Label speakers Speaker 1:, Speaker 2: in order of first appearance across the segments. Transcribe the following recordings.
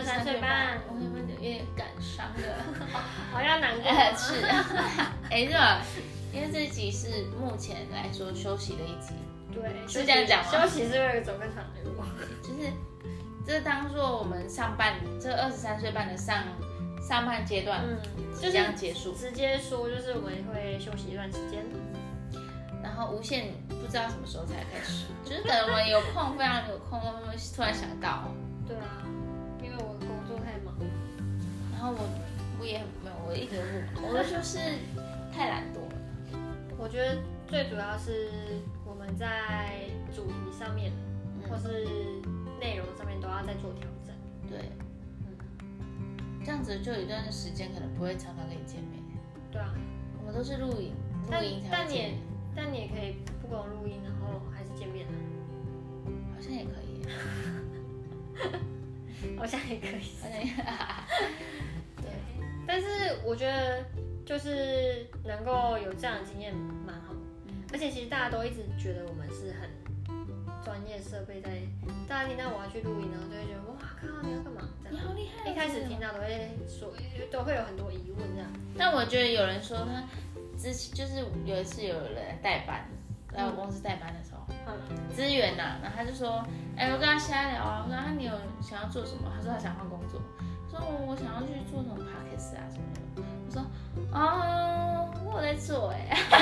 Speaker 1: 23岁半，
Speaker 2: 我有没有点感伤的？
Speaker 1: 好像难过。
Speaker 2: 是，是吧？因为这一集是目前来说休息的一集，
Speaker 1: 对，
Speaker 2: 是这样讲吗？
Speaker 1: 休息是为了走更长的路，
Speaker 2: 就是这当做我们上半这23岁半的上半阶段，即将结束，
Speaker 1: 直接说就是我们会休息一段时间，
Speaker 2: 然后无限不知道什么时候才开始，就是等我们有空，非常有空，我们突然想到，
Speaker 1: 对啊，因为我工作太忙，
Speaker 2: 然后我也没有，我一点都不忙，我就是太懒惰了。
Speaker 1: 我觉得最主要是我们在主题上面，或是内容上面都要再做调整。
Speaker 2: 对，这样子就有一段时间可能不会常常跟你见面。
Speaker 1: 对啊，
Speaker 2: 我们都是录音才会见面。
Speaker 1: 但你也可以不光录音，然后还是见面啊。
Speaker 2: 好像也可以。
Speaker 1: 好像也可以。
Speaker 2: 对，
Speaker 1: 但是我觉得就是能够有这样的经验蛮好，而且其实大家都一直觉得我们是很专业设备在，大家听到我要去录音，然后就会觉得哇靠，你要干嘛？
Speaker 2: 你好厉害！
Speaker 1: 一开始听到都会有很多疑问这样。
Speaker 2: 但我觉得有人说他之前就是有一次有人来代班，来我公司代班的时候，资源呐，然后他就说，我跟他瞎聊啊，我说你有想要做什么？他说他想换工作，说我想要去做什么 podcast 啊什么的。我说我有在做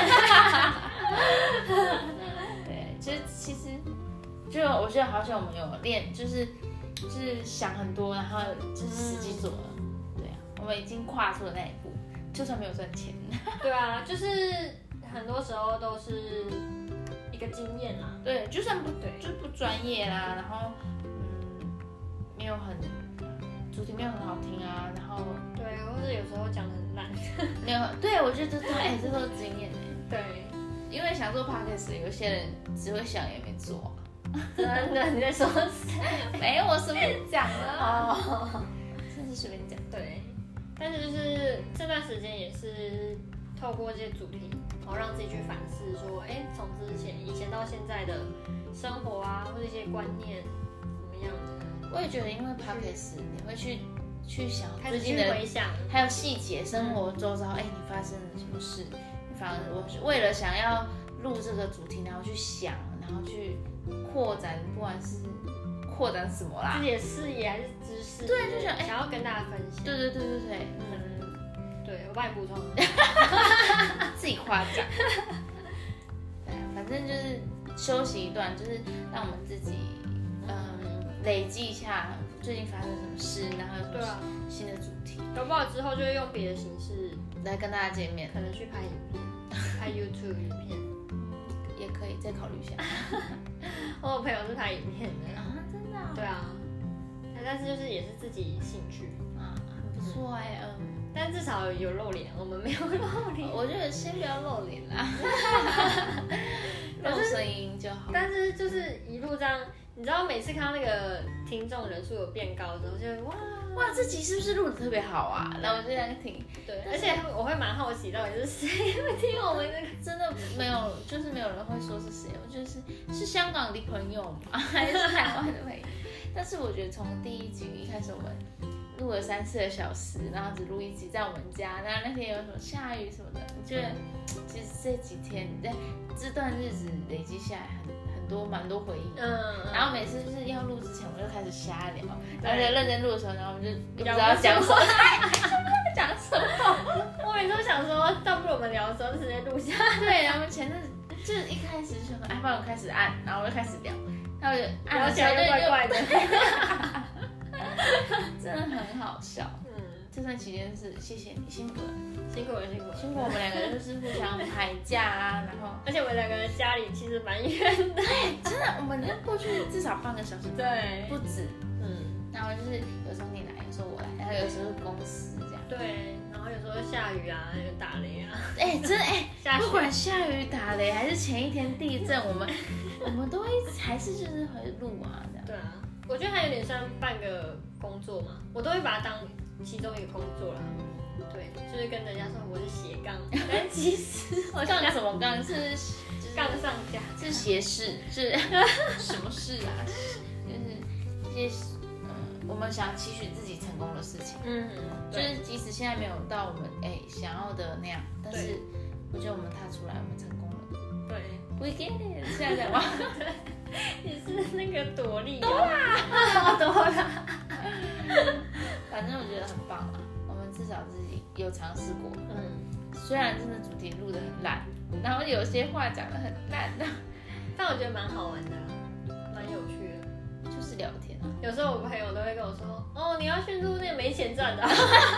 Speaker 2: 对，其实就我觉得好像我们有练，就是想很多，然后就是实际做了。对啊，我们已经跨出了那一步，就算没有赚钱。
Speaker 1: 对啊，就是很多时候都是一个经验啦。
Speaker 2: 对，就算就不专业啦，然后没有主题没有很好听啊，然后
Speaker 1: 对，或者有时候讲得很烂。
Speaker 2: 没有，对我觉得这都是经验
Speaker 1: 对，
Speaker 2: 因为想做 podcast， 有些人只会想也没做。
Speaker 1: 真的？你在说谁？
Speaker 2: 没有，我随便讲了。真是随便讲。
Speaker 1: 对，但是就是这段时间也是透过这些主题，然后让自己去反思，说，从以前到现在的生活啊，或者一些观念怎么样的。
Speaker 2: 我也觉得，因为 podcast 你会去想
Speaker 1: 最近的回想，
Speaker 2: 还有细节，生活周遭，你发生了什么事？我为了想要录这个主题，然后去想，然后去扩展，不管是扩展什么啦，
Speaker 1: 自己的视野还是知识，
Speaker 2: 对，就
Speaker 1: 想要跟大家分享。
Speaker 2: 对，
Speaker 1: 对，我帮你补充，
Speaker 2: 自己夸奖。对啊，反正就是休息一段，就是让我们自己累积一下最近发生什么事，然后有新的主题。
Speaker 1: 搞不好之后就会用别的形式
Speaker 2: 来跟大家见面，
Speaker 1: 可能去拍影片，拍 YouTube 影片，
Speaker 2: 也可以再考虑一下。
Speaker 1: 我有朋友是拍影片的
Speaker 2: 啊，真的？
Speaker 1: 对啊，但是就是也是自己兴趣
Speaker 2: 啊，很不错
Speaker 1: 但至少有露脸，我们没有露脸。
Speaker 2: 我觉得先不要露脸啦，露声音就好。
Speaker 1: 但是就是一路这样，你知道每次看到那个听众人数有变高的时候，就
Speaker 2: 哇，这集是不是录的特别好啊？然后我就这样听。
Speaker 1: 对，而且我会蛮好奇到底是谁会听我们这个。
Speaker 2: 真的没有，就是没有人会说是谁，我觉得是香港的朋友吗？还是台湾的朋友？但是我觉得从第一集一开始我们录了3-4个小时，然后只录一集在我们家，然后那天有什么下雨什么的，我觉得其实这几天在这段日子累积下来蛮多回忆。然后每次就是要录之前，我就开始瞎聊，然后在认真录的时候，然后我们就不知道讲什么，讲什么。
Speaker 1: 我每次都想说，倒不如我们聊的时候就直接录下。
Speaker 2: 对，然后前阵子就是一开始就想说，不然我开始按，然后我就开始聊，然后我就按
Speaker 1: 聊起来就怪怪的，
Speaker 2: 真的很好笑。这段期间是谢谢你，辛苦了，
Speaker 1: 辛苦了，辛苦了，
Speaker 2: 辛苦我们两个就是互相排假啊，然后
Speaker 1: 而且我们两个家里其实蛮远的，
Speaker 2: 对，真的，我们过去至少半个小时，
Speaker 1: 对，
Speaker 2: 不止，然后就是有时候你来，有时候我来，然后有时候公司这样，
Speaker 1: 对，然后有时候下雨啊，有打雷啊，
Speaker 2: 真的不管下雨打雷还是前一天地震，我们都会还是就是会录啊，这样。
Speaker 1: 对啊，我觉得它有点像半个工作嘛，我都会把它当其中一个工作啦。对，就是跟人家说我是斜杠，但其实
Speaker 2: 好像什么杠是
Speaker 1: 杠上架，
Speaker 2: 是斜视，是什么事啊？就是一些我们想期许自己成功的事情，
Speaker 1: 对，
Speaker 2: 就是即使现在没有到我们想要的那样，但是我觉得我们踏出来，我们成功了。
Speaker 1: 对
Speaker 2: ，We get it，这样讲吗？
Speaker 1: 你是那个朵莉
Speaker 2: 多啦，
Speaker 1: 多啦，
Speaker 2: 反正我觉得很棒啊，我们至少自己有尝试过。虽然真的主题录得很烂，然后有些话讲得很烂的，
Speaker 1: 但我觉得蛮好玩的啦，蛮有趣的，
Speaker 2: 就是聊天啊。
Speaker 1: 有时候我朋友都会跟我说，哦，你要去录那个没钱赚的，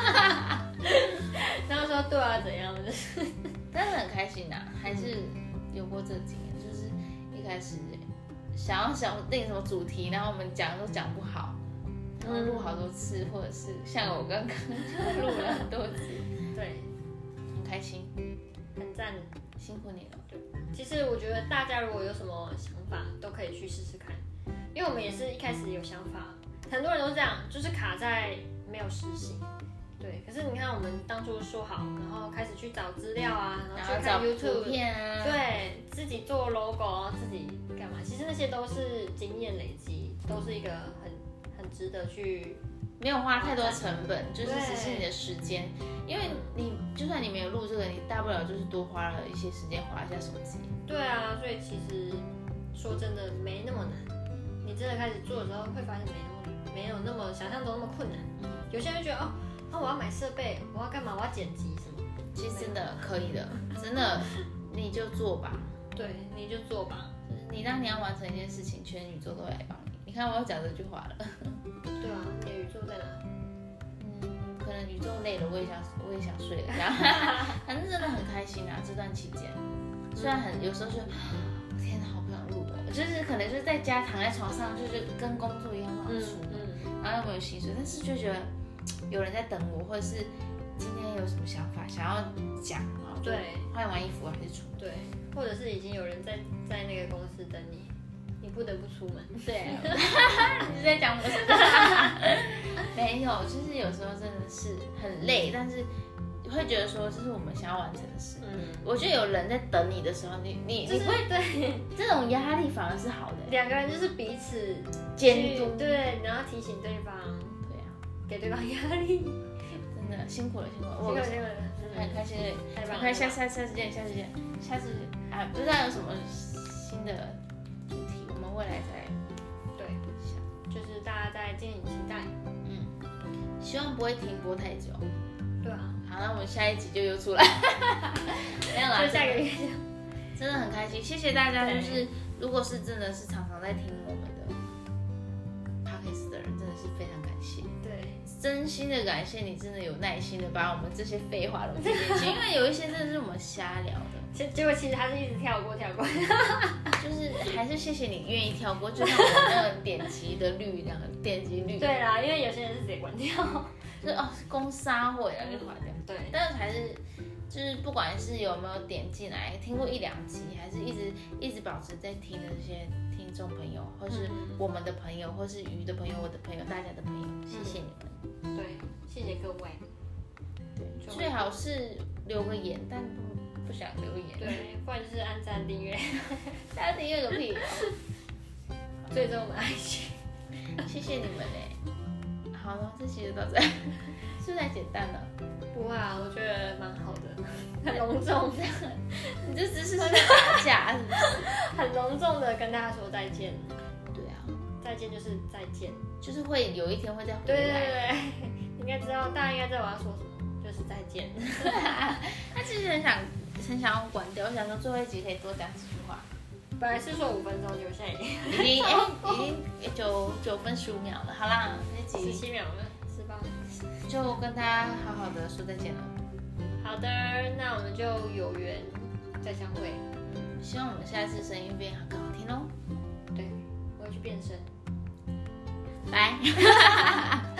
Speaker 1: 然后说对啊，怎样的，
Speaker 2: 但是很开心啊，还是有过这个经验，就是一开始想定什么主题，然后我们讲都讲不好，然后录好多次，或者是像我刚刚录了很多次，
Speaker 1: 对，
Speaker 2: 很开心，
Speaker 1: 很赞，
Speaker 2: 辛苦你了。
Speaker 1: 对，其实我觉得大家如果有什么想法，都可以去试试看，因为我们也是一开始有想法，很多人都这样，就是卡在没有实行。对，可是你看，我们当初说好，然后开始去找资料啊，然后去看 YouTube
Speaker 2: 片啊，
Speaker 1: 对，自己做 logo， 自己干嘛？其实那些都是经验累积，都是一个很值得去，
Speaker 2: 没有花太多成本，就是只是你的时间，因为你就算你没有录这个，你大不了就是多花了一些时间划一下手机。
Speaker 1: 对啊，所以其实说真的没那么难，你真的开始做的时候会发现没有那么想象中那么困难。有些人就觉得我要买设备，我要干嘛？我要剪辑什么？
Speaker 2: 其实真的可以的，真的你就做吧。
Speaker 1: 对，你就做吧。
Speaker 2: 你当你要完成一件事情，全宇宙都会来帮你。你看我要讲这句话了。
Speaker 1: 对啊，你的宇宙在哪？
Speaker 2: 可能宇宙累了，我也想睡了，这样。反正真的很开心啊，这段期间，虽然有时候就天哪，好不想录哦，就是可能就是在家躺在床上，就是跟工作一样那种出门，然后又没有薪水，但是就觉得有人在等我，或者是今天有什么想法想要讲，然后就换完衣服还是出门，
Speaker 1: 对，或者是已经有人在那个公司等你，你不得不出门。
Speaker 2: 对，你是在讲我什么？没有，就是有时候真的是很累，但是会觉得说这是我们想要完成的事。我觉得有人在等你的时候，你
Speaker 1: 就是
Speaker 2: 会
Speaker 1: 对
Speaker 2: 这种压力反而是好的，
Speaker 1: 两个人就是彼此
Speaker 2: 监督，
Speaker 1: 对，然后提醒对方，
Speaker 2: 对啊，
Speaker 1: 给对方压力，
Speaker 2: 真的辛苦了，辛苦了，
Speaker 1: 辛苦了，
Speaker 2: 很开心，
Speaker 1: 太棒了，
Speaker 2: 快下次见，下次啊，不知道有什么新的主题，我们未来再
Speaker 1: 对想，就是大家再敬请期待，
Speaker 2: 希望不会停播太久。
Speaker 1: 对啊，
Speaker 2: 好，那我们下一集就又出来，没有啦，
Speaker 1: 就下个月
Speaker 2: 真的很开心，谢谢大家。就是如果是真的是常常在听我们的 podcast 的人，真的是非常感谢。
Speaker 1: 对，
Speaker 2: 真心的感谢你，真的有耐心的把我们这些废话都听进去，因为有一些真的是我们瞎聊的，
Speaker 1: 结果其实他是一直跳过，
Speaker 2: 就是还是谢谢你愿意跳过，就像我们那个点击的率这样，点击率。
Speaker 1: 对啦，因为有些人是直接关掉，
Speaker 2: 就是攻杀会然后就划掉。
Speaker 1: 对，
Speaker 2: 但是还是就是不管是有没有点进来听过1-2集，还是一直保持在听的这些听众朋友，或是我们的朋友，或是鱼的朋友，我的朋友，大家的朋友，谢谢你们。
Speaker 1: 对，谢谢各位。
Speaker 2: 对，最好是留个言，但不想留言。
Speaker 1: 对，不然就是按赞订阅，
Speaker 2: 大家订阅个屁！
Speaker 1: 追踪我们 IG，
Speaker 2: 谢谢你们嘞。好了，这期就到这，是不是太简单了？
Speaker 1: 不会啊，我觉得蛮好的，很隆重的。
Speaker 2: 你这只是打假，是不是？
Speaker 1: 很隆重的跟大家说再见。
Speaker 2: 对啊，
Speaker 1: 再见就是再见，
Speaker 2: 就是会有一天会再回来。
Speaker 1: 对，应该知道，大家应该知道我要说什么，就是再见。
Speaker 2: 他其实很想要关掉，我想说最后一集可以多讲几句话。
Speaker 1: 本来是说5分钟，结果现在
Speaker 2: 已经9分15秒了。好啦，这集
Speaker 1: 17秒了，18，
Speaker 2: 就跟大家好好的说再见了。
Speaker 1: 好的，那我们就有缘再相会。
Speaker 2: 希望我们下次声音变更好听哦。
Speaker 1: 对，我要去变声。
Speaker 2: 拜。